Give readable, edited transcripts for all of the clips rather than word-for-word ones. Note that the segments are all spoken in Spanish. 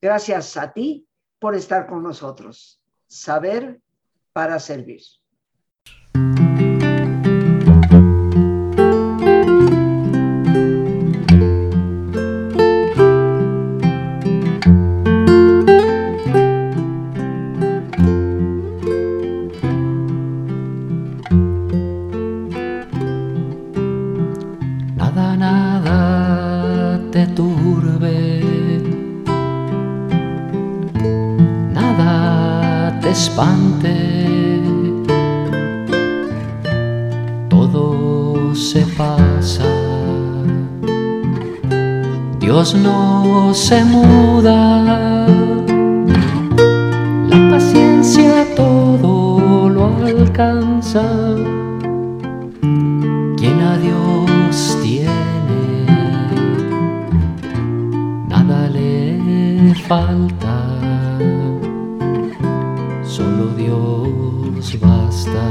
Gracias a ti por estar con nosotros. Saber para servir. Nada, nada te turbe, nada te espante, todo se pasa, Dios no se muda, la paciencia todo lo alcanza, quien a Dios tiene, nada le falta, solo Dios basta,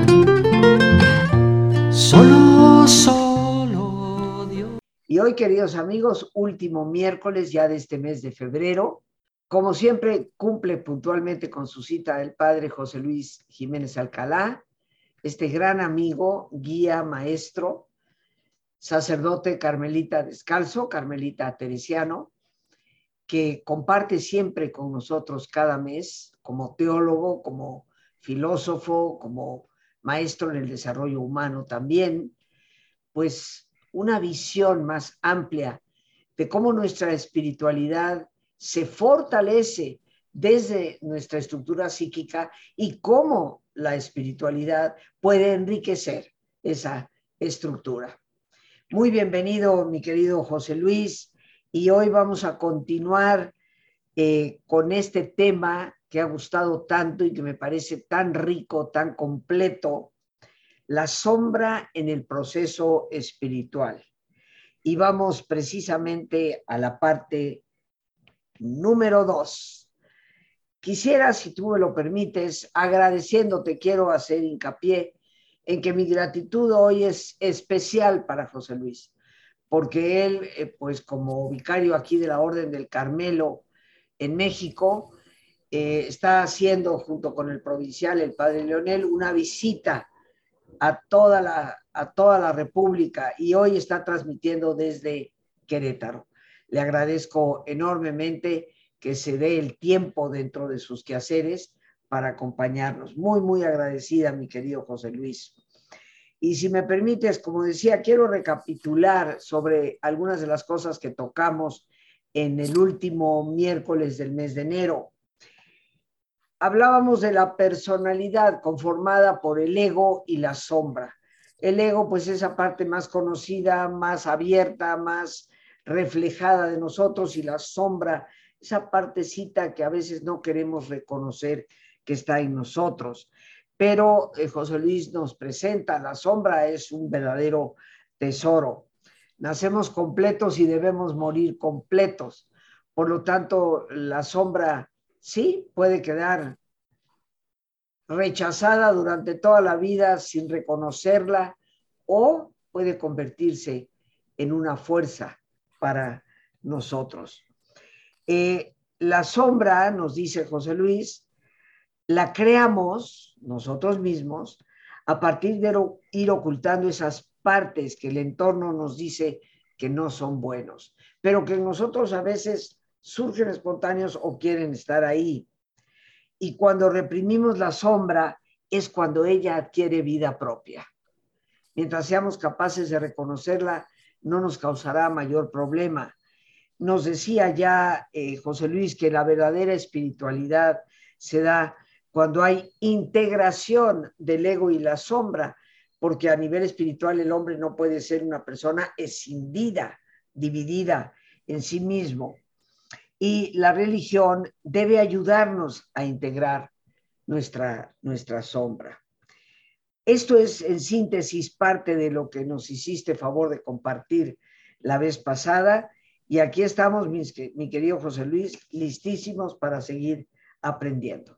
solo Dios. Y hoy, queridos amigos, último miércoles ya de este mes de febrero. Como siempre, cumple puntualmente con su cita el padre José Luis Jiménez Alcalá, este gran amigo, guía, maestro, sacerdote carmelita descalzo, carmelita teresiano, que comparte siempre con nosotros cada mes como teólogo, como filósofo, como maestro en el desarrollo humano también, pues una visión más amplia de cómo nuestra espiritualidad se fortalece desde nuestra estructura psíquica y cómo la espiritualidad puede enriquecer esa estructura. Muy bienvenido, mi querido José Luis, y hoy vamos a continuar con este tema que ha gustado tanto y que me parece tan rico, tan completo, la sombra en el proceso espiritual. Y vamos precisamente a la parte número 2. Quisiera, si tú me lo permites, agradeciéndote, quiero hacer hincapié en que mi gratitud hoy es especial para José Luis, porque él, pues como vicario aquí de la Orden del Carmelo en México, está haciendo junto con el provincial, el padre Leonel, una visita a toda la República y hoy está transmitiendo desde Querétaro. Le agradezco enormemente que se dé el tiempo dentro de sus quehaceres para acompañarnos. Muy, muy agradecida, mi querido José Luis. Y si me permites, como decía, quiero recapitular sobre algunas de las cosas que tocamos en el último miércoles del mes de enero. Hablábamos de la personalidad conformada por el ego y la sombra. El ego, pues, esa parte más conocida, más abierta, más reflejada de nosotros, y la sombra, esa partecita que a veces no queremos reconocer que está en nosotros. Pero José Luis nos presenta, la sombra es un verdadero tesoro. Nacemos completos y debemos morir completos. Por lo tanto, la sombra sí puede quedar rechazada durante toda la vida sin reconocerla, o puede convertirse en una fuerza para nosotros. La sombra, nos dice José Luis, la creamos nosotros mismos a partir de ir ocultando esas partes que el entorno nos dice que no son buenos, pero que nosotros a veces surgen espontáneos o quieren estar ahí. Y cuando reprimimos la sombra es cuando ella adquiere vida propia. Mientras seamos capaces de reconocerla, no nos causará mayor problema. Nos decía ya José Luis que la verdadera espiritualidad se da cuando hay integración del ego y la sombra, porque a nivel espiritual el hombre no puede ser una persona escindida, dividida en sí mismo. Y la religión debe ayudarnos a integrar nuestra sombra. Esto es, en síntesis, parte de lo que nos hiciste favor de compartir la vez pasada, y aquí estamos, mi querido José Luis, listísimos para seguir aprendiendo.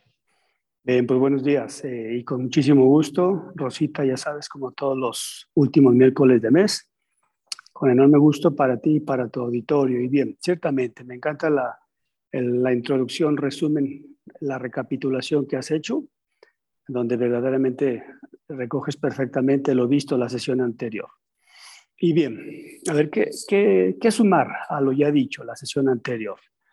Pues buenos días y con muchísimo gusto, Rosita, ya sabes, como todos los últimos miércoles de mes, con enorme gusto para ti y para tu auditorio. Y bien, ciertamente me encanta la introducción, resumen, la recapitulación que has hecho, donde verdaderamente recoges perfectamente lo visto en la sesión anterior. Y bien, a ver, ¿qué sumar a lo ya dicho, la sesión anterior?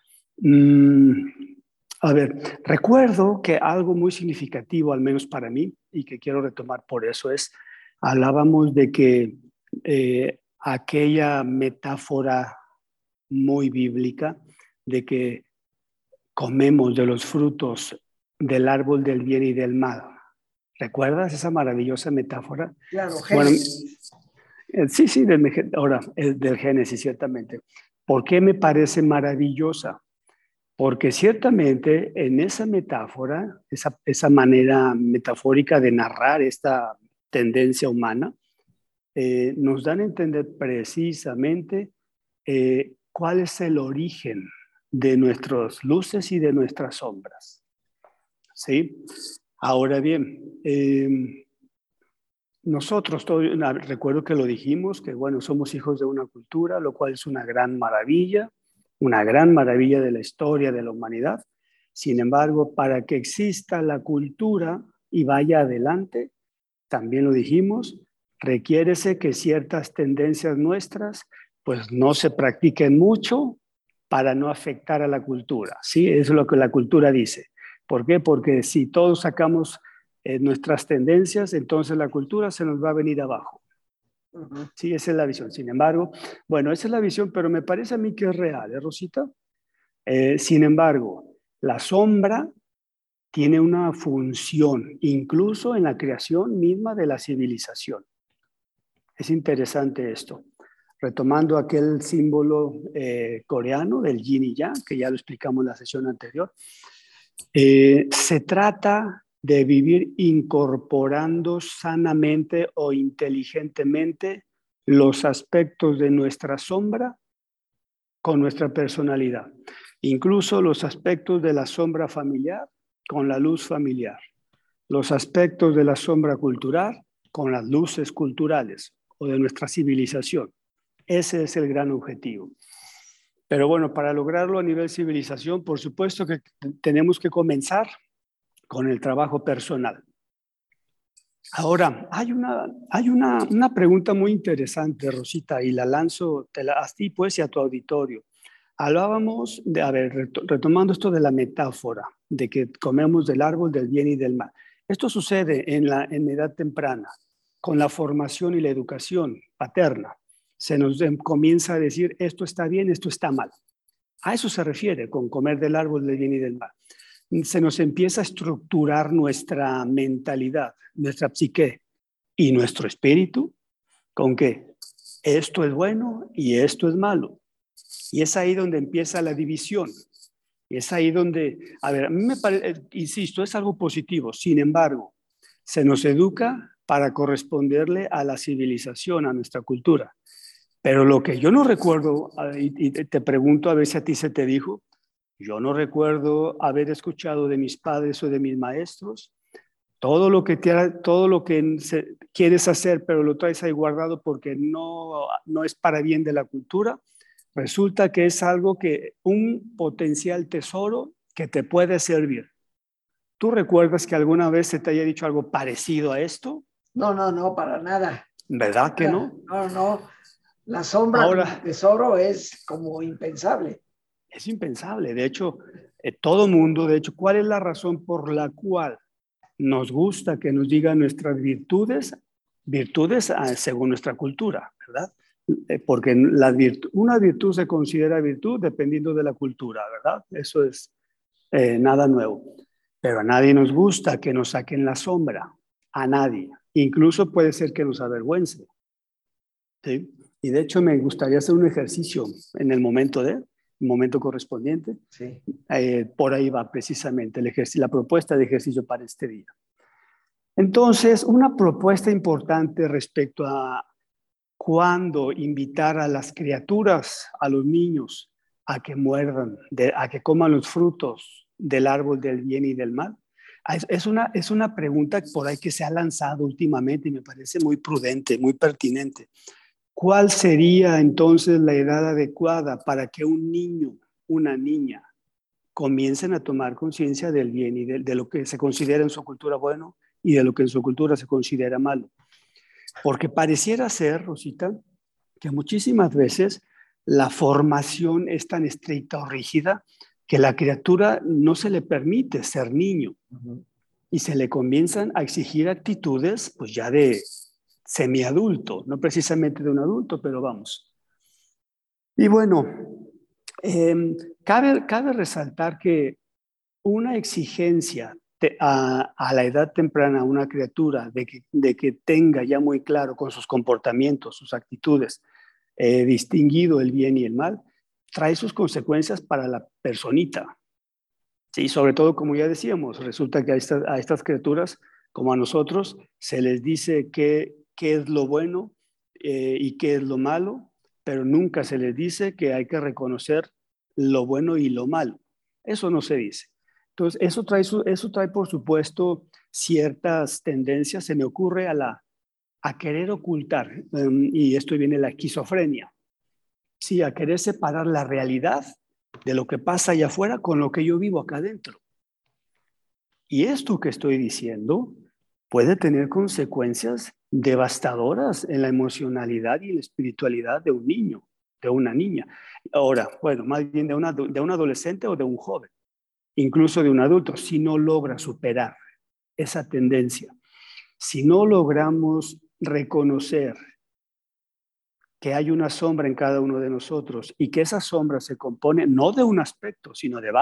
A ver, recuerdo que algo muy significativo, al menos para mí, y que quiero retomar por eso es, hablábamos de que aquella metáfora muy bíblica de que comemos de los frutos del árbol del bien y del mal. ¿Recuerdas esa maravillosa metáfora? Claro, Bueno, Génesis. sí, ahora, del Génesis, ciertamente. ¿Por qué me parece maravillosa? Porque ciertamente en esa metáfora, esa manera metafórica de narrar esta tendencia humana, nos dan a entender precisamente cuál es el origen de nuestras luces y de nuestras sombras. ¿Sí? Ahora bien, nosotros, recuerdo que lo dijimos, que bueno, somos hijos de una cultura, lo cual es una gran maravilla de la historia de la humanidad. Sin embargo, para que exista la cultura y vaya adelante, también lo dijimos, requiérese que ciertas tendencias nuestras pues no se practiquen mucho para no afectar a la cultura. ¿Sí? Eso es lo que la cultura dice. ¿Por qué? Porque si todos sacamos nuestras tendencias, entonces la cultura se nos va a venir abajo. Sí, esa es la visión. Sin embargo, bueno, esa es la visión, pero me parece a mí que es real, ¿eh, Rosita? Sin embargo, la sombra tiene una función, incluso en la creación misma de la civilización. Es interesante esto. Retomando aquel símbolo coreano del yin y yang, que ya lo explicamos en la sesión anterior, se trata de vivir incorporando sanamente o inteligentemente los aspectos de nuestra sombra con nuestra personalidad, incluso los aspectos de la sombra familiar con la luz familiar, los aspectos de la sombra cultural con las luces culturales o de nuestra civilización. Ese es el gran objetivo. Pero bueno, para lograrlo a nivel civilización, por supuesto que tenemos que comenzar con el trabajo personal. Ahora, hay una pregunta muy interesante, Rosita, y la lanzo a ti pues y a tu auditorio. Hablábamos de, a ver, retomando esto de la metáfora, de que comemos del árbol del bien y del mal. Esto sucede en edad temprana, con la formación y la educación paterna. Se nos comienza a decir esto está bien, esto está mal. A eso se refiere con comer del árbol del bien y del mal. Se nos empieza a estructurar nuestra mentalidad, nuestra psique y nuestro espíritu con que esto es bueno y esto es malo. Y es ahí donde empieza la división. Y es ahí donde, a ver, a mí me parece, insisto, es algo positivo. Sin embargo, se nos educa para corresponderle a la civilización, a nuestra cultura. Pero lo que yo no recuerdo, y te pregunto a ver si a ti se te dijo, yo no recuerdo haber escuchado de mis padres o de mis maestros todo lo que quieres hacer, pero lo traes ahí guardado porque no es para bien de la cultura. Resulta que es algo un potencial tesoro que te puede servir. ¿Tú recuerdas que alguna vez se te haya dicho algo parecido a esto? No, para nada. ¿Verdad que no? No. La sombra Ahora, como tesoro es como impensable. es impensable. De hecho, todo mundo, de hecho, ¿cuál es la razón por la cual nos gusta que nos digan nuestras virtudes según nuestra cultura, ¿verdad? Porque una virtud se considera virtud dependiendo de la cultura, ¿verdad? Eso es nada nuevo. Pero a nadie nos gusta que nos saquen la sombra, a nadie. Incluso puede ser que nos avergüence. ¿Sí? Y de hecho me gustaría hacer un ejercicio en el momento correspondiente. Sí. Por ahí va precisamente la propuesta de ejercicio para este día. Entonces, una propuesta importante respecto a cuándo invitar a las criaturas, a los niños, a que muerdan, a que coman los frutos del árbol del bien y del mal. Es una pregunta por ahí que se ha lanzado últimamente y me parece muy prudente, muy pertinente. ¿Cuál sería entonces la edad adecuada para que un niño, una niña, comiencen a tomar conciencia del bien y de lo que se considera en su cultura bueno y de lo que en su cultura se considera malo. Porque pareciera ser, Rosita, que muchísimas veces la formación es tan estricta o rígida que la criatura no se le permite ser niño y se le comienzan a exigir actitudes pues ya de semiadulto, no precisamente de un adulto, pero vamos. Y bueno, cabe resaltar que una exigencia a la edad temprana a una criatura de que tenga ya muy claro con sus comportamientos, sus actitudes, distinguido el bien y el mal, trae sus consecuencias para la personita. Sí, sobre todo, como ya decíamos, resulta que a estas criaturas, como a nosotros, se les dice qué es lo bueno y qué es lo malo, pero nunca se les dice que hay que reconocer lo bueno y lo malo. Eso no se dice. Entonces, eso trae por supuesto, ciertas tendencias. Se me ocurre a querer ocultar, y esto viene la esquizofrenia, sí, a querer separar la realidad de lo que pasa allá afuera con lo que yo vivo acá adentro. Y esto que estoy diciendo puede tener consecuencias devastadoras en la emocionalidad y la espiritualidad de un niño, de una niña. Ahora, bueno, más bien de un adolescente o de un joven, incluso de un adulto, si no logra superar esa tendencia, si no logramos reconocer que hay una sombra en cada uno de nosotros y que esa sombra se compone no de un aspecto, sino de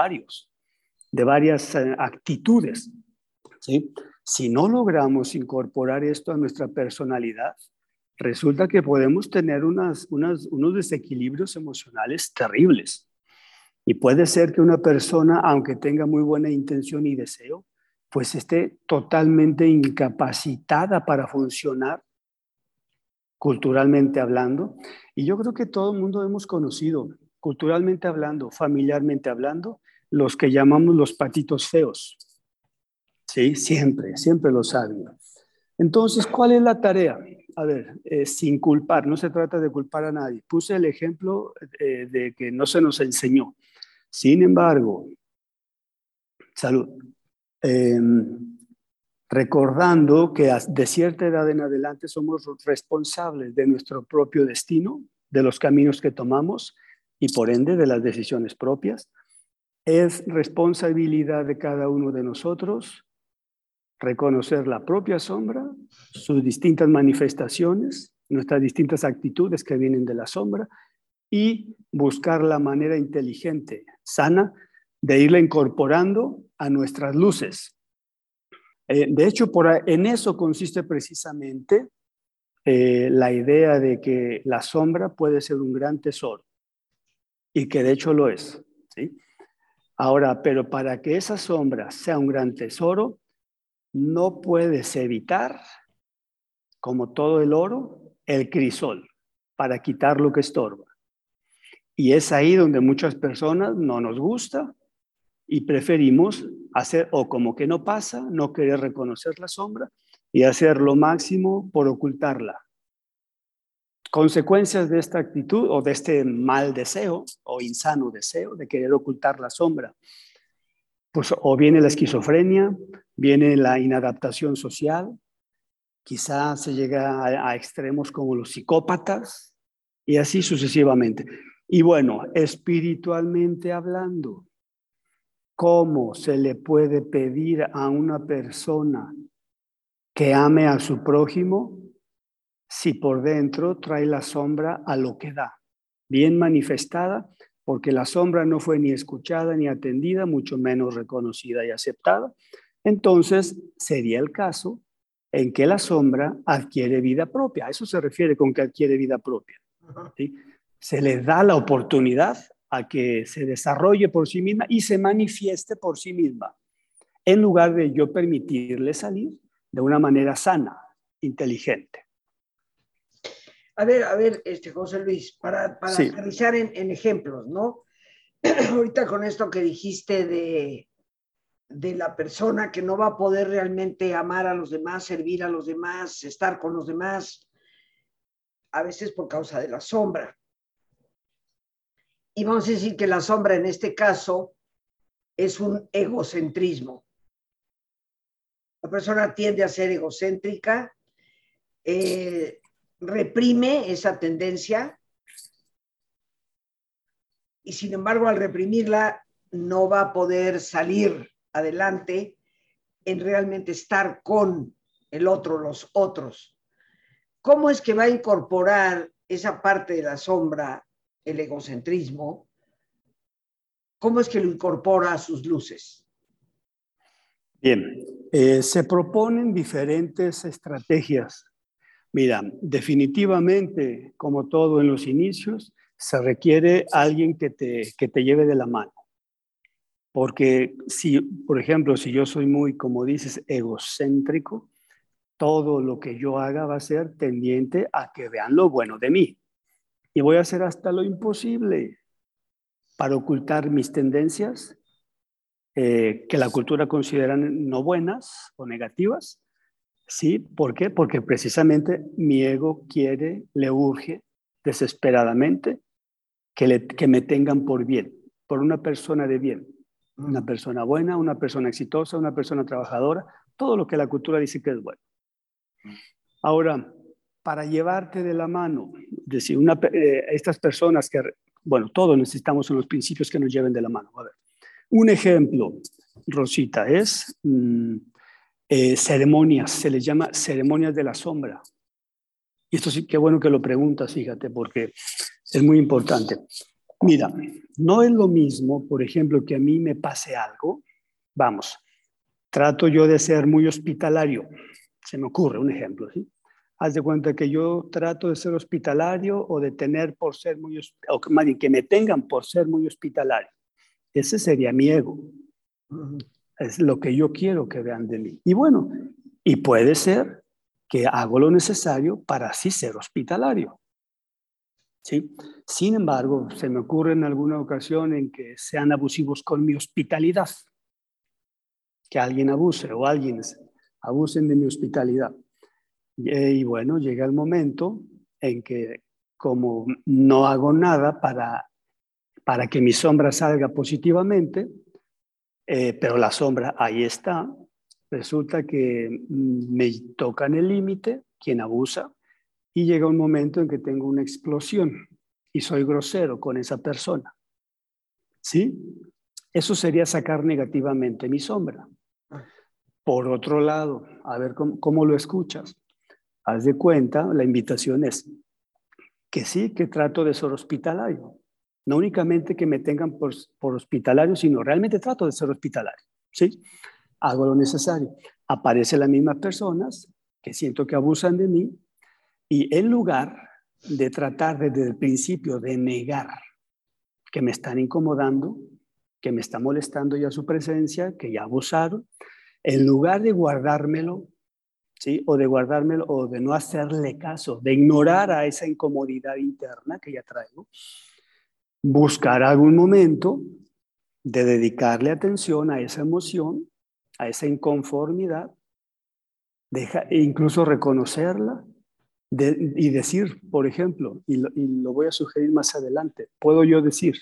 varias actitudes, ¿sí? Si no logramos incorporar esto a nuestra personalidad, resulta que podemos tener unos desequilibrios emocionales terribles. Y puede ser que una persona, aunque tenga muy buena intención y deseo, pues esté totalmente incapacitada para funcionar culturalmente hablando. Y yo creo que todo el mundo hemos conocido, culturalmente hablando, familiarmente hablando, los que llamamos los patitos feos. Sí, siempre lo saben. Entonces, ¿cuál es la tarea? A ver, sin culpar, no se trata de culpar a nadie. Puse el ejemplo de que no se nos enseñó. Sin embargo, salud. Recordando que de cierta edad en adelante somos responsables de nuestro propio destino, de los caminos que tomamos y por ende de las decisiones propias. Es responsabilidad de cada uno de nosotros reconocer la propia sombra, sus distintas manifestaciones, nuestras distintas actitudes que vienen de la sombra y buscar la manera inteligente, sana, de irla incorporando a nuestras luces. De hecho, en eso consiste precisamente la idea de que la sombra puede ser un gran tesoro y que de hecho lo es, ¿sí? Ahora, pero para que esa sombra sea un gran tesoro, no puedes evitar, como todo el oro, el crisol para quitar lo que estorba. Y es ahí donde muchas personas no nos gusta y preferimos hacer o como que no pasa, no querer reconocer la sombra y hacer lo máximo por ocultarla. Consecuencias de esta actitud o de este mal deseo o insano deseo de querer ocultar la sombra, pues o viene la esquizofrenia, viene la inadaptación social, quizás se llega a extremos como los psicópatas y así sucesivamente. Y bueno, espiritualmente hablando, ¿cómo se le puede pedir a una persona que ame a su prójimo si por dentro trae la sombra a lo que da? Bien manifestada, porque la sombra no fue ni escuchada ni atendida, mucho menos reconocida y aceptada. Entonces, sería el caso en que la sombra adquiere vida propia. A eso se refiere con que adquiere vida propia, ¿sí? Se le da la oportunidad a que se desarrolle por sí misma y se manifieste por sí misma, en lugar de yo permitirle salir de una manera sana, inteligente. A ver, José Luis, para Sí. aterrizar en ejemplos, ¿no? Ahorita con esto que dijiste de la persona que no va a poder realmente amar a los demás, servir a los demás, estar con los demás, a veces por causa de la sombra. Y vamos a decir que la sombra en este caso es un egocentrismo. La persona tiende a ser egocéntrica, reprime esa tendencia y sin embargo al reprimirla no va a poder salir adelante en realmente estar con el otro, los otros. ¿Cómo es que va a incorporar esa parte de la sombra, el egocentrismo? ¿Cómo es que lo incorpora a sus luces? Bien, se proponen diferentes estrategias. Mira, definitivamente, como todo en los inicios, se requiere alguien que te lleve de la mano. Porque si, por ejemplo, si yo soy muy, como dices, egocéntrico, todo lo que yo haga va a ser tendiente a que vean lo bueno de mí. Y voy a hacer hasta lo imposible para ocultar mis tendencias, que la cultura considera no buenas o negativas. ¿Sí? ¿Por qué? Porque precisamente mi ego quiere, le urge desesperadamente que me tengan por bien, por una persona de bien. Una persona buena, una persona exitosa, una persona trabajadora, todo lo que la cultura dice que es bueno. Ahora, para llevarte de la mano, es decir, estas personas que, bueno, todos necesitamos unos principios que nos lleven de la mano. A ver, un ejemplo, Rosita, es ceremonias, se les llama ceremonias de la sombra. Y esto sí, qué bueno que lo preguntas, fíjate, porque es muy importante. Mira, no es lo mismo, por ejemplo, que a mí me pase algo. Vamos, trato yo de ser muy hospitalario. Se me ocurre un ejemplo, ¿sí? Haz de cuenta que yo trato de ser hospitalario o de tener por ser muy, o más bien que me tengan por ser muy hospitalario. Ese sería mi ego. Es lo que yo quiero que vean de mí. Y bueno, y puede ser que hago lo necesario para así ser hospitalario. ¿Sí? Sin embargo, se me ocurre en alguna ocasión en que sean abusivos con mi hospitalidad. Que alguien abuse o alguien abusen de mi hospitalidad. Y bueno, llega el momento en que como no hago nada para que mi sombra salga positivamente, pero la sombra ahí está, resulta que me tocan el límite, quien abusa, y llega un momento en que tengo una explosión y soy grosero con esa persona. ¿Sí? Eso sería sacar negativamente mi sombra. Por otro lado, a ver cómo lo escuchas. Haz de cuenta, la invitación es que sí, que trato de ser hospitalario. No únicamente que me tengan por hospitalario, sino realmente trato de ser hospitalario. ¿Sí? Hago lo necesario. Aparecen las mismas personas que siento que abusan de mí y en lugar de tratar desde el principio de negar que me están incomodando, que me está molestando ya su presencia, que ya abusaron, en lugar de guardármelo, ¿sí? O de no hacerle caso, de ignorar a esa incomodidad interna que ya traigo, buscar algún momento de dedicarle atención a esa emoción, a esa inconformidad, e incluso reconocerla y decir, por ejemplo, y lo voy a sugerir más adelante, puedo yo decir,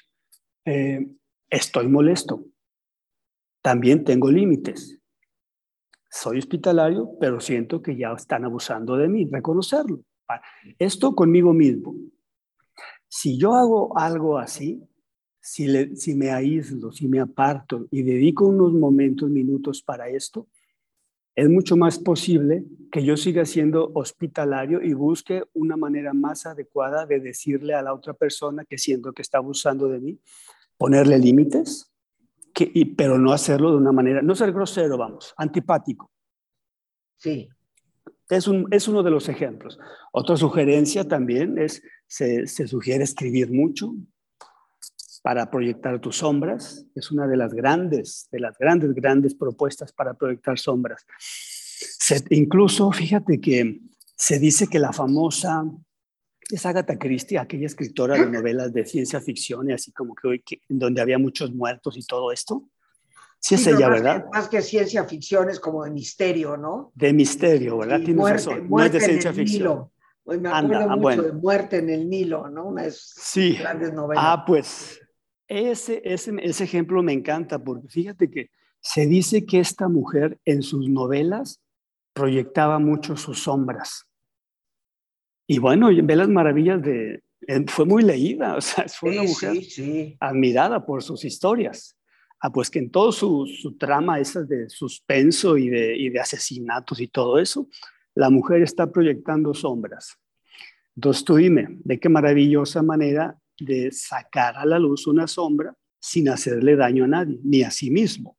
estoy molesto, también tengo límites, soy hospitalario, pero siento que ya están abusando de mí, reconocerlo. Esto conmigo mismo. Si yo hago algo así, si me aíslo, si me aparto y dedico unos momentos, minutos para esto, es mucho más posible que yo siga siendo hospitalario y busque una manera más adecuada de decirle a la otra persona que siento que está abusando de mí, ponerle límites, pero no hacerlo de una manera, no ser grosero, vamos, antipático. Sí. Es uno de los ejemplos. Otra sugerencia también es, se sugiere escribir mucho para proyectar tus sombras. Es una de las grandes propuestas para proyectar sombras. Incluso, fíjate que se dice que la famosa, es Agatha Christie, aquella escritora de novelas de ciencia ficción y así como que donde había muchos muertos y todo esto. Sí, es ella, ¿verdad? Más que ciencia ficción es como de misterio, ¿no? De misterio, ¿verdad? Sí, Tienes razón. No es de ciencia ficción. Nilo. Me acuerdo mucho de Muerte en el Nilo, ¿no? Una de sus sí. grandes novelas. Pues ese ejemplo me encanta porque fíjate que se dice que esta mujer en sus novelas proyectaba mucho sus sombras. Y bueno, ve las maravillas fue muy leída, o sea, fue una mujer Sí. admirada por sus historias. Pues que en todo su trama esa de suspenso y de asesinatos y todo eso, la mujer está proyectando sombras. Entonces tú dime, de qué maravillosa manera de sacar a la luz una sombra sin hacerle daño a nadie, ni a sí mismo.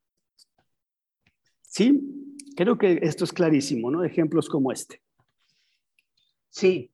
Sí, creo que esto es clarísimo, ¿no? Ejemplos como este. Sí,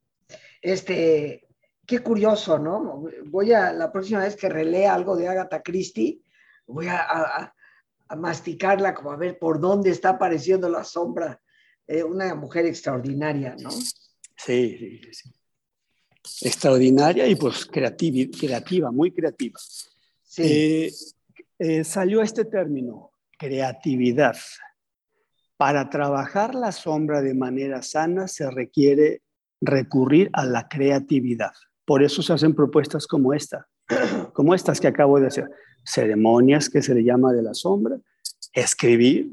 qué curioso, ¿no? La próxima vez que relea algo de Agatha Christie, voy a masticarla, como a ver por dónde está apareciendo la sombra. Una mujer extraordinaria, ¿no? Sí. Extraordinaria y pues creativa, muy creativa. Sí. Salió este término, creatividad. Para trabajar la sombra de manera sana se requiere recurrir a la creatividad. Por eso se hacen propuestas como estas que acabo de hacer. Ceremonias que se le llama de la sombra, escribir.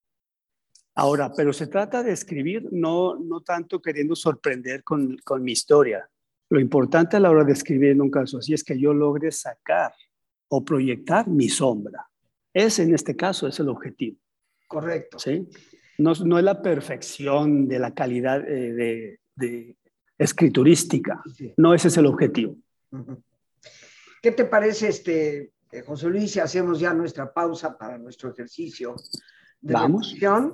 Ahora, pero se trata de escribir no tanto queriendo sorprender con mi historia. Lo importante a la hora de escribir en un caso así es que yo logre sacar o proyectar mi sombra. Ese en este caso es el objetivo. Correcto. ¿Sí? No es la perfección de la calidad de escriturística. Sí. No ese es el objetivo. ¿Qué te parece, José Luis, si hacemos ya nuestra pausa para nuestro ejercicio de Vamos. reflexión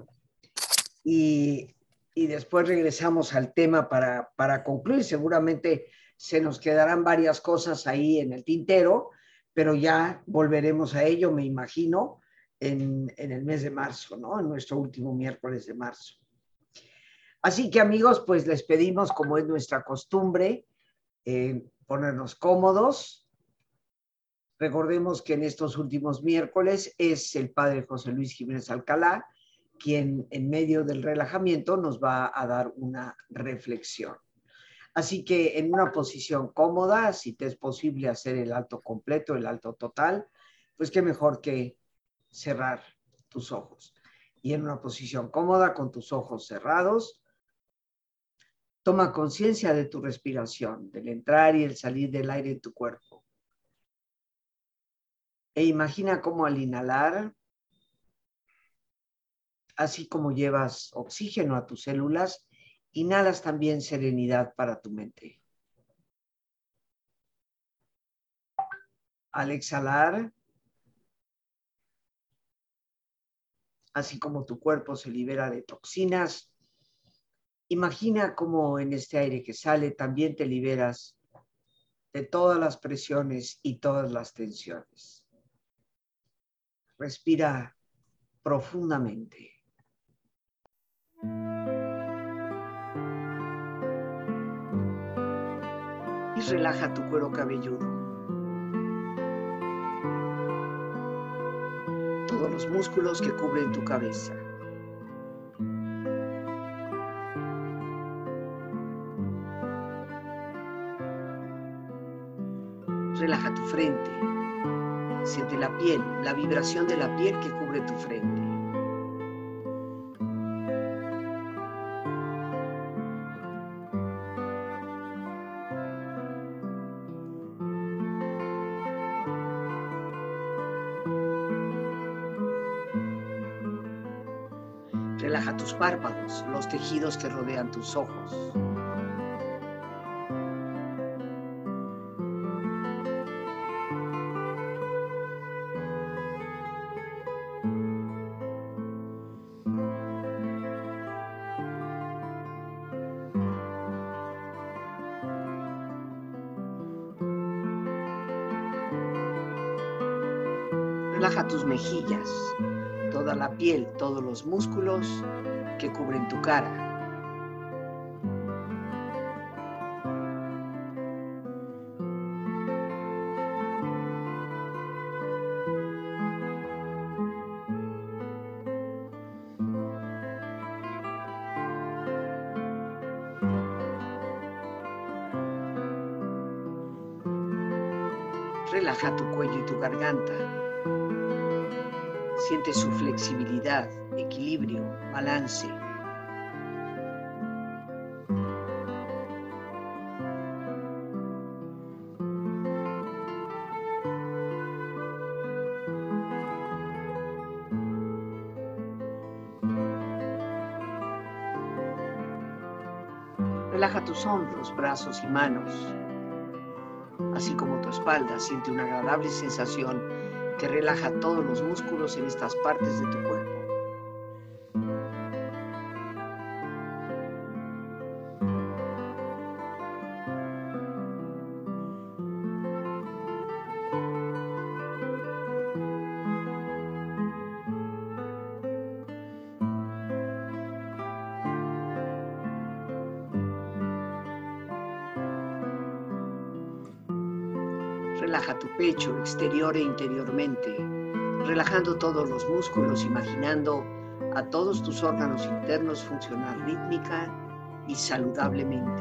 y después regresamos al tema para concluir? Seguramente se nos quedarán varias cosas ahí en el tintero, pero ya volveremos a ello, me imagino, en el mes de marzo, ¿no? En nuestro último miércoles de marzo. Así que, amigos, pues les pedimos, como es nuestra costumbre, ponernos cómodos. Recordemos que en estos últimos miércoles es el padre José Luis Jiménez Alcalá quien en medio del relajamiento nos va a dar una reflexión. Así que en una posición cómoda, si te es posible hacer el alto completo, el alto total, pues qué mejor que cerrar tus ojos. Y en una posición cómoda, con tus ojos cerrados, toma conciencia de tu respiración, del entrar y el salir del aire en tu cuerpo. E imagina cómo al inhalar, así como llevas oxígeno a tus células, inhalas también serenidad para tu mente. Al exhalar, así como tu cuerpo se libera de toxinas, imagina cómo en este aire que sale también te liberas de todas las presiones y todas las tensiones. Respira profundamente. Y relaja tu cuero cabelludo. Todos los músculos que cubren tu cabeza. Relaja tu frente. Siente la piel, la vibración de la piel que cubre tu frente. Relaja tus párpados, los tejidos que rodean tus ojos. Relaja tus mejillas, toda la piel, todos los músculos que cubren tu cara. Relaja tu cuello y tu garganta. Siente su flexibilidad, equilibrio, balance. Relaja tus hombros, brazos y manos, así como tu espalda. Siente una agradable sensación que relaja todos los músculos en estas partes de tu cuerpo. Relaja tu pecho exterior e interiormente, relajando todos los músculos, imaginando a todos tus órganos internos funcionar rítmica y saludablemente.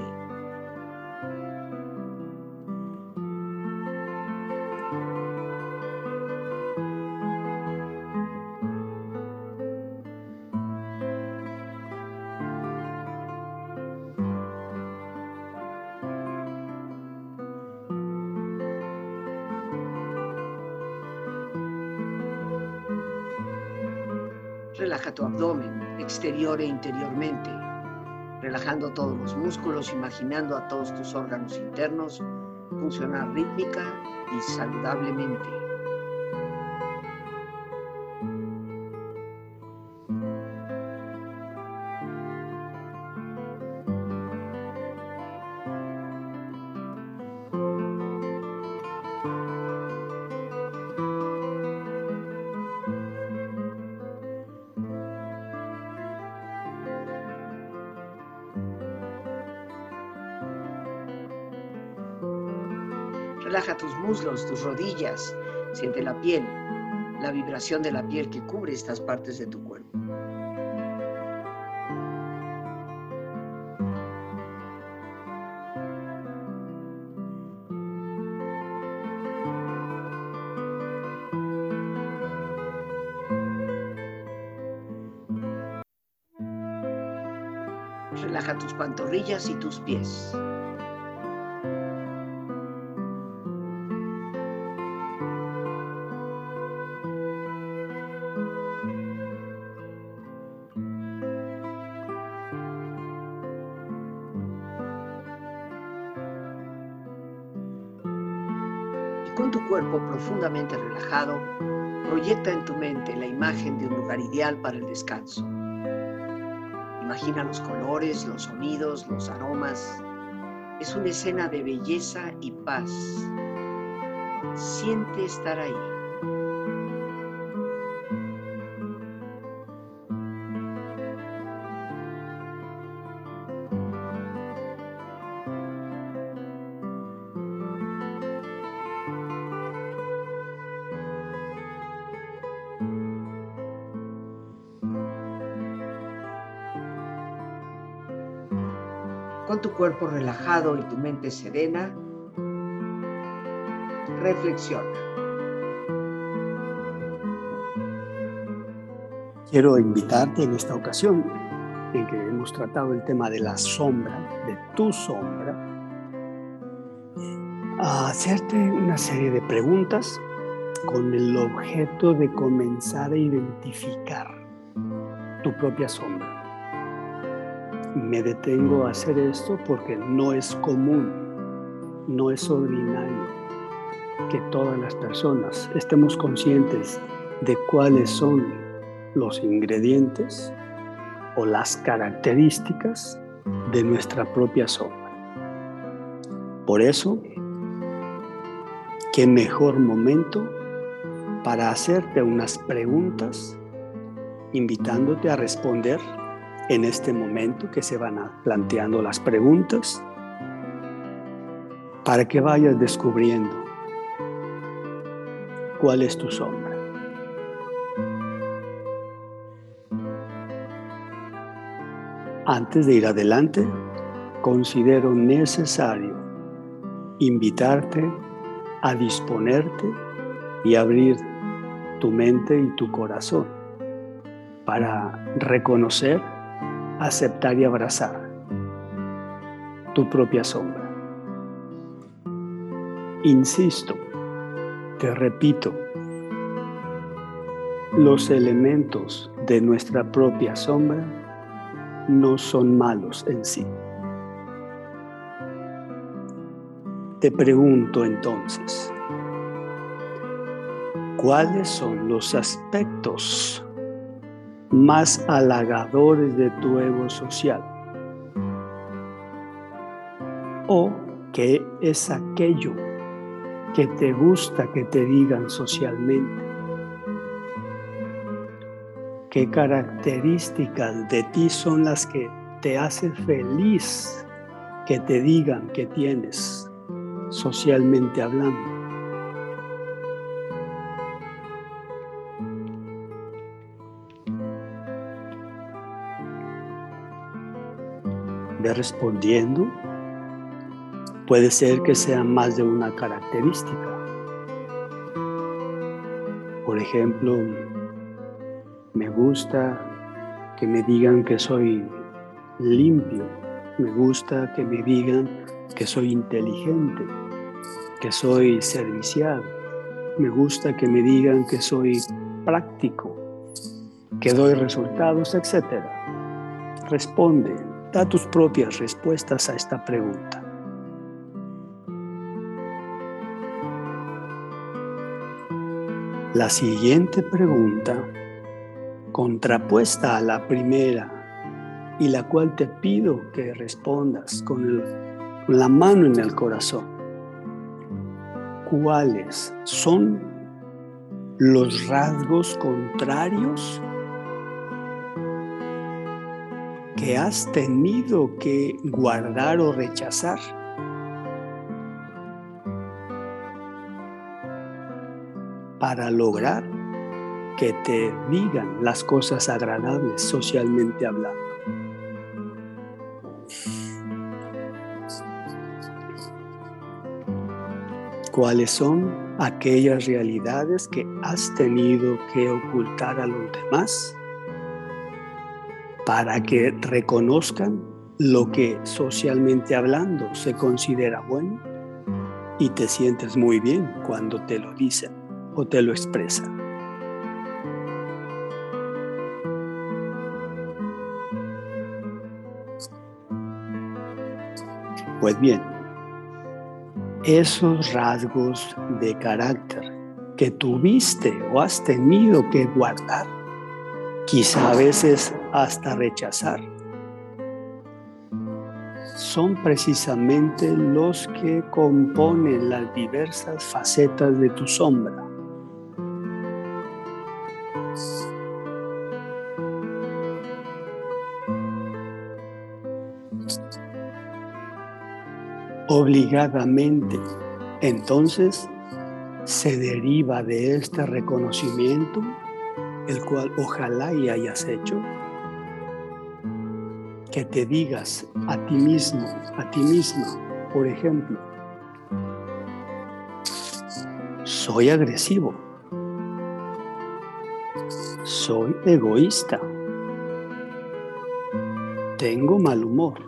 Relaja tu abdomen, exterior e interiormente, relajando todos los músculos, imaginando a todos tus órganos internos funcionar rítmica y saludablemente. Relaja tus muslos, tus rodillas, siente la piel, la vibración de la piel que cubre estas partes de tu cuerpo. Relaja tus pantorrillas y tus pies. Con tu cuerpo profundamente relajado, proyecta en tu mente la imagen de un lugar ideal para el descanso. Imagina los colores, los sonidos, los aromas. Es una escena de belleza y paz. Siente estar ahí. Con tu cuerpo relajado y tu mente serena, reflexiona. Quiero invitarte en esta ocasión, en que hemos tratado el tema de la sombra, de tu sombra, a hacerte una serie de preguntas con el objeto de comenzar a identificar tu propia sombra. Me detengo a hacer esto porque no es común, no es ordinario que todas las personas estemos conscientes de cuáles son los ingredientes o las características de nuestra propia sombra. Por eso, qué mejor momento para hacerte unas preguntas, invitándote a responder en este momento que se van planteando las preguntas, para que vayas descubriendo cuál es tu sombra. Antes de ir adelante, considero necesario invitarte a disponerte y abrir tu mente y tu corazón para reconocer, aceptar y abrazar tu propia sombra. Insisto, te repito, los elementos de nuestra propia sombra no son malos en sí. Te pregunto entonces, ¿cuáles son los aspectos más halagadores de tu ego social? ¿O qué es aquello que te gusta que te digan socialmente? ¿Qué características de ti son las que te hacen feliz que te digan que tienes socialmente hablando? Ve respondiendo. Puede ser que sea más de una característica. Por ejemplo, me gusta que me digan que soy limpio. Me gusta que me digan que soy inteligente, que soy servicial. Me gusta que me digan que soy práctico, que doy resultados, etc. Responde, da tus propias respuestas a esta pregunta. La siguiente pregunta, contrapuesta a la primera y la cual te pido que respondas con la mano en el corazón. ¿Cuáles son los rasgos contrarios que has tenido que guardar o rechazar para lograr que te digan las cosas agradables socialmente hablando? ¿Cuáles son aquellas realidades que has tenido que ocultar a los demás para que reconozcan lo que socialmente hablando se considera bueno y te sientes muy bien cuando te lo dicen o te lo expresan? Pues bien, esos rasgos de carácter que tuviste o has tenido que guardar, quizá a veces hasta rechazar, son precisamente los que componen las diversas facetas de tu sombra. Obligadamente, entonces, se deriva de este reconocimiento, el cual ojalá y hayas hecho, que te digas a ti mismo, a ti misma, por ejemplo, soy agresivo, soy egoísta, tengo mal humor.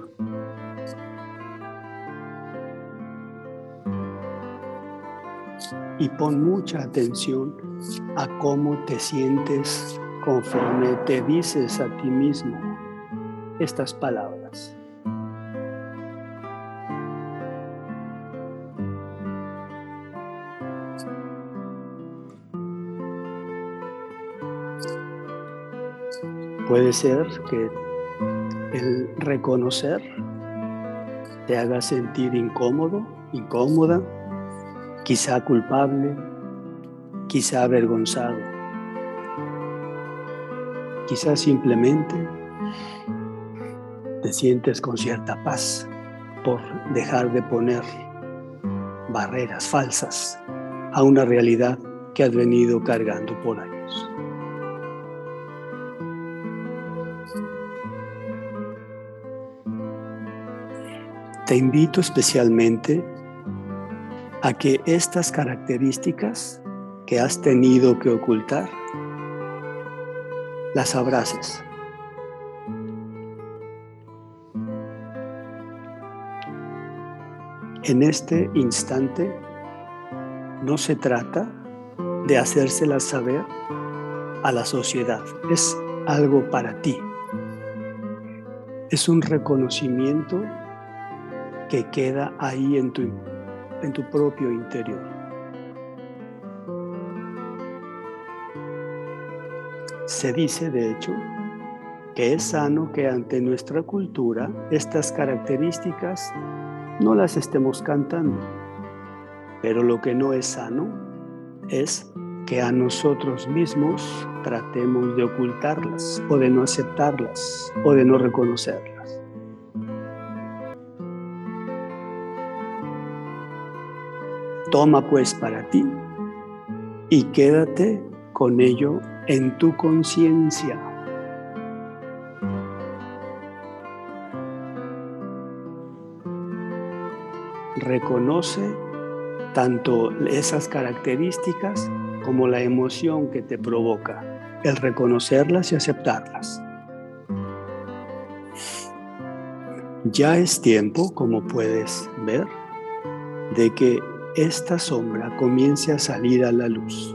Y pon mucha atención a cómo te sientes conforme te dices a ti mismo estas palabras. Puede ser que el reconocer te haga sentir incómodo, incómoda, quizá culpable, quizá avergonzado, quizá simplemente te sientes con cierta paz por dejar de poner barreras falsas a una realidad que has venido cargando por años. Te invito especialmente a que estas características que has tenido que ocultar, las abraces. En este instante no se trata de hacérselas saber a la sociedad, es algo para ti. Es un reconocimiento que queda ahí en tu propio interior. Se dice, de hecho, que es sano que ante nuestra cultura estas características no las estemos cantando, pero lo que no es sano es que a nosotros mismos tratemos de ocultarlas o de no aceptarlas o de no reconocerlas. Toma pues para ti y quédate con ello en tu conciencia. Reconoce tanto esas características como la emoción que te provoca, el reconocerlas y aceptarlas. Ya es tiempo, como puedes ver, de que esta sombra comience a salir a la luz.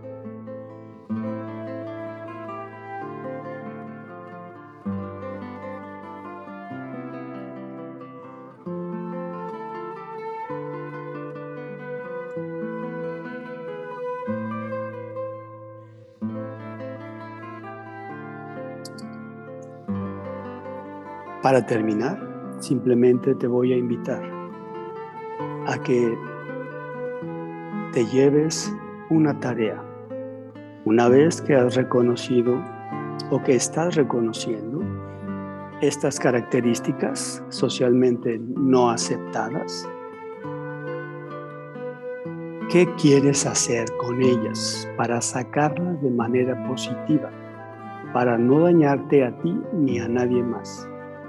Para terminar, simplemente te voy a invitar a que te lleves una tarea. Una vez que has reconocido o que estás reconociendo estas características socialmente no aceptadas, ¿qué quieres hacer con ellas para sacarlas de manera positiva, para no dañarte a ti ni a nadie más?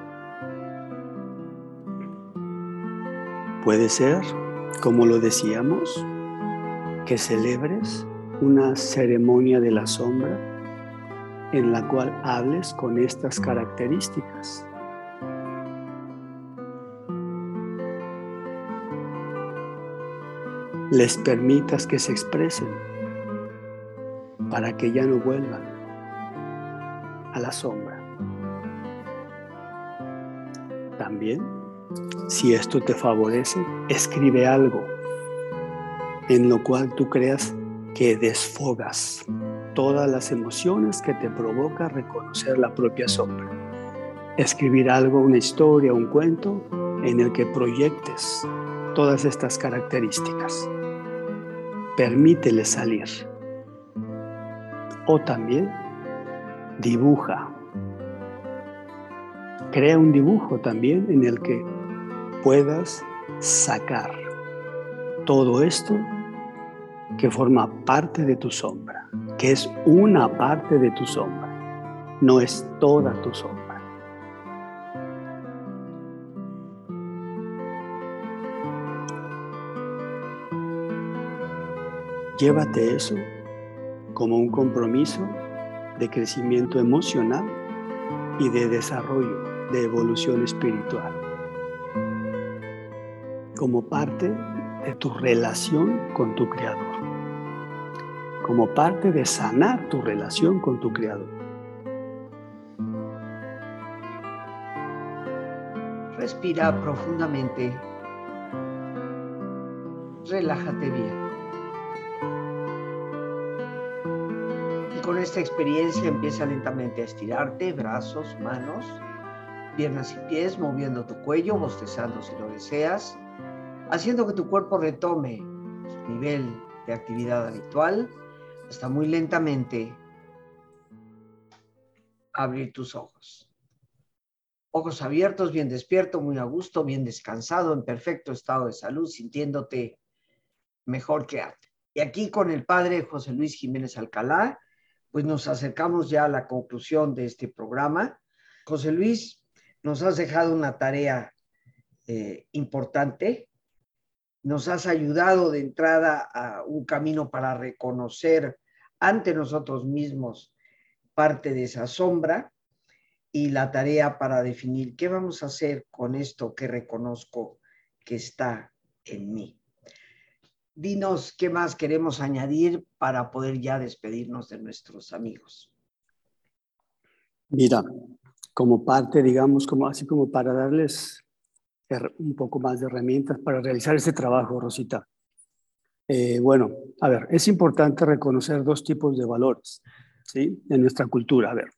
Puede ser, como lo decíamos, que celebres una ceremonia de la sombra en la cual hables con estas características. Les permitas que se expresen para que ya no vuelvan a la sombra. También, si esto te favorece, escribe algo en lo cual tú creas que desfogas todas las emociones que te provoca reconocer la propia sombra. Escribir algo, una historia, un cuento en el que proyectes todas estas características. Permítele salir. O también dibuja. Crea un dibujo también en el que puedas sacar todo esto que forma parte de tu sombra, que es una parte de tu sombra, no es toda tu sombra. Llévate eso como un compromiso de crecimiento emocional y de desarrollo, de evolución espiritual, como parte de tu relación con tu Creador, como parte de sanar tu relación con tu Creador. Respira profundamente. Relájate bien. Y con esta experiencia empieza lentamente a estirarte, brazos, manos, piernas y pies, moviendo tu cuello, bostezando si lo deseas, haciendo que tu cuerpo retome su nivel de actividad habitual, hasta muy lentamente abrir tus ojos. Ojos abiertos, bien despierto, muy a gusto, bien descansado, en perfecto estado de salud, sintiéndote mejor que antes. Y aquí con el padre José Luis Jiménez Alcalá, pues nos acercamos ya a la conclusión de este programa. José Luis, nos has dejado una tarea importante nos has ayudado de entrada a un camino para reconocer ante nosotros mismos parte de esa sombra y la tarea para definir qué vamos a hacer con esto que reconozco que está en mí. Dinos qué más queremos añadir para poder ya despedirnos de nuestros amigos. Mira, como parte, digamos, así como para darles un poco más de herramientas para realizar ese trabajo, Rosita. Bueno, a ver, es importante reconocer dos tipos de valores, ¿sí? En nuestra cultura. A ver,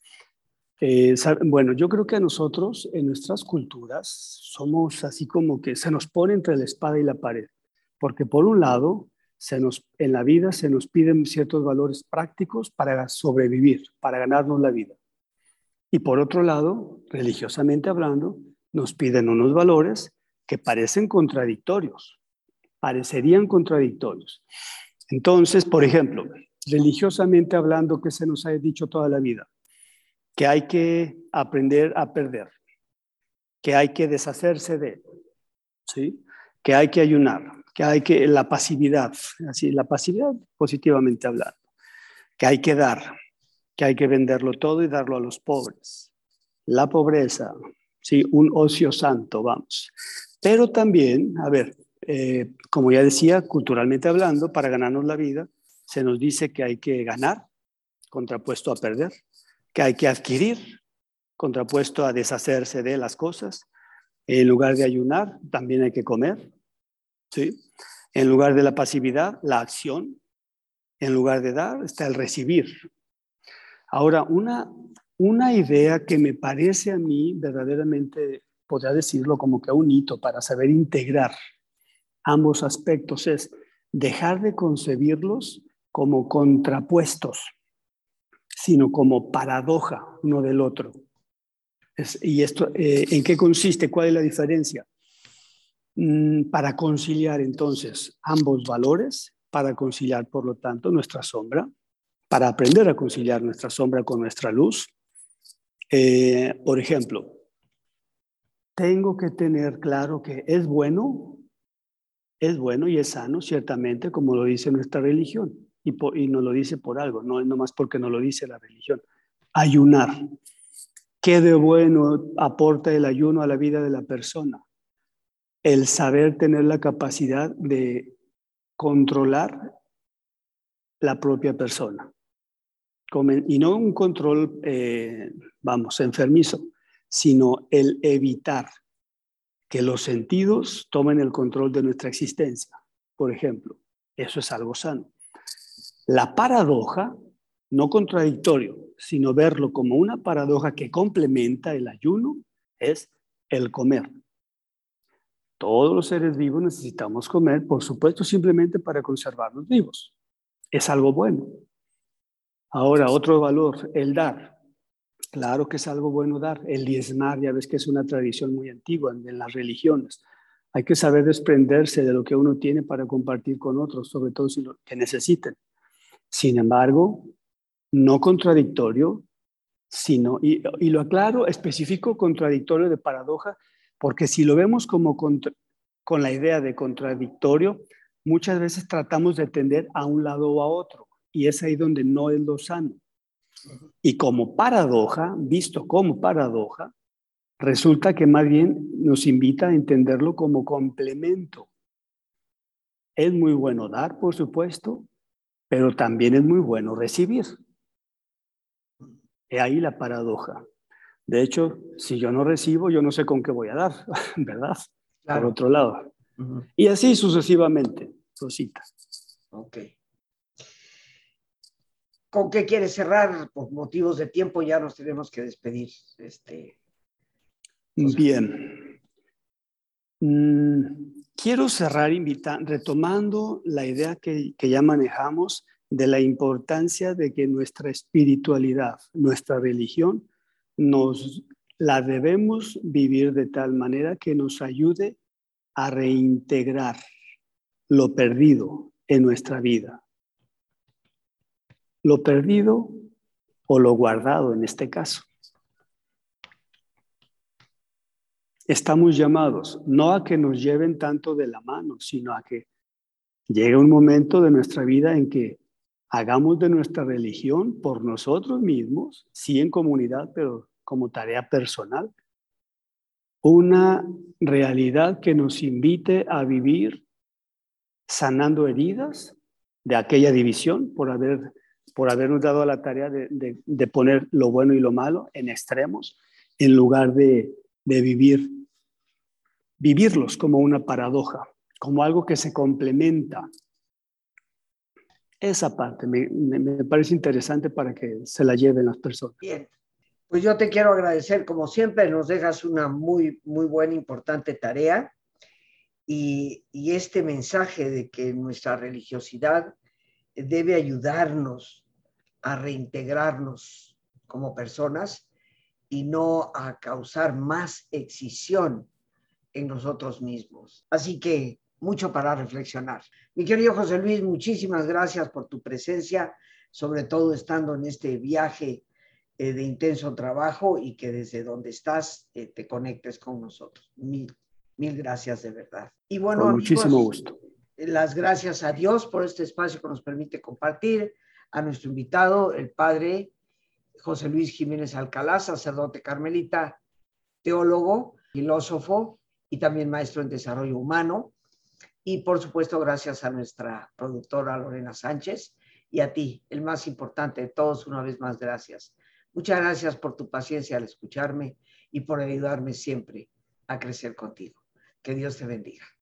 bueno, yo creo que a nosotros, en nuestras culturas, somos así como que se nos pone entre la espada y la pared. Porque por un lado, en la vida se nos piden ciertos valores prácticos para sobrevivir, para ganarnos la vida. Y por otro lado, religiosamente hablando, nos piden unos valores que parecen contradictorios, parecerían contradictorios. Entonces, por ejemplo, religiosamente hablando, ¿qué se nos ha dicho toda la vida? Que hay que aprender a perder, que hay que deshacerse de, ¿sí? Que hay que ayunar, la pasividad, así, la pasividad positivamente hablando, que hay que dar, que hay que venderlo todo y darlo a los pobres. La pobreza, sí, un ocio santo, vamos. Pero también, a ver, como ya decía, culturalmente hablando, para ganarnos la vida, se nos dice que hay que ganar, contrapuesto a perder, que hay que adquirir, contrapuesto a deshacerse de las cosas. En lugar de ayunar, también hay que comer, ¿sí? En lugar de la pasividad, la acción. En lugar de dar, está el recibir. Ahora, una idea que me parece a mí verdaderamente, podría decirlo como que un hito para saber integrar ambos aspectos es dejar de concebirlos como contrapuestos, sino como paradoja uno del otro. ¿Y esto en qué consiste? ¿Cuál es la diferencia? Para conciliar entonces ambos valores, para conciliar por lo tanto nuestra sombra, para aprender a conciliar nuestra sombra con nuestra luz. Por ejemplo, tengo que tener claro que es bueno y es sano, ciertamente, como lo dice nuestra religión, y nos lo dice por algo, no es nomás porque nos lo dice la religión. Ayunar. ¿Qué de bueno aporta el ayuno a la vida de la persona? El saber tener la capacidad de controlar la propia persona. Y no un control, enfermizo, sino el evitar que los sentidos tomen el control de nuestra existencia. Por ejemplo, eso es algo sano. La paradoja, no contradictorio, sino verlo como una paradoja que complementa el ayuno, es el comer. Todos los seres vivos necesitamos comer, por supuesto, simplemente para conservarnos vivos. Es algo bueno. Ahora, otro valor, el dar. Claro que es algo bueno dar. El diezmar, ya ves que es una tradición muy antigua en las religiones. Hay que saber desprenderse de lo que uno tiene para compartir con otros, sobre todo si lo que necesiten. Sin embargo, no contradictorio, sino, y lo aclaro, específico, contradictorio de paradoja, porque si lo vemos como con la idea de contradictorio, muchas veces tratamos de tender a un lado o a otro, y es ahí donde no es lo sano. Y como paradoja, visto como paradoja, resulta que más bien nos invita a entenderlo como complemento. Es muy bueno dar, por supuesto, pero también es muy bueno recibir. He ahí la paradoja. De hecho, si yo no recibo, yo no sé con qué voy a dar, ¿verdad? Claro. Por otro lado. Y así sucesivamente, Rosita. Ok. ¿Con qué quieres cerrar? Por motivos de tiempo ya nos tenemos que despedir. Bien. Quiero cerrar retomando la idea que ya manejamos de la importancia de que nuestra espiritualidad, nuestra religión, la debemos vivir de tal manera que nos ayude a reintegrar lo perdido en nuestra vida. Lo perdido o lo guardado en este caso. estamos llamados no a que nos lleven tanto de la mano, sino a que llegue un momento de nuestra vida en que hagamos de nuestra religión por nosotros mismos, sí en comunidad, pero como tarea personal, una realidad que nos invite a vivir sanando heridas de aquella división por habernos dado la tarea de poner lo bueno y lo malo en extremos, en lugar de vivirlos como una paradoja, como algo que se complementa. Esa parte me parece interesante para que se la lleven las personas. Bien, pues yo te quiero agradecer, como siempre, nos dejas una muy, muy buena, importante tarea y este mensaje de que nuestra religiosidad debe ayudarnos a reintegrarnos como personas y no a causar más excisión en nosotros mismos. Así que mucho para reflexionar. Mi querido José Luis, muchísimas gracias por tu presencia, sobre todo estando en este viaje de intenso trabajo y que desde donde estás te conectes con nosotros. Mil gracias de verdad. Y bueno, con amigos, muchísimo gusto. Las gracias a Dios por este espacio que nos permite compartir, a nuestro invitado, el padre José Luis Jiménez Alcalá, sacerdote carmelita, teólogo, filósofo y también maestro en desarrollo humano. Y por supuesto, gracias a nuestra productora Lorena Sánchez y a ti, el más importante de todos, una vez más, gracias. Muchas gracias por tu paciencia al escucharme y por ayudarme siempre a crecer contigo. Que Dios te bendiga.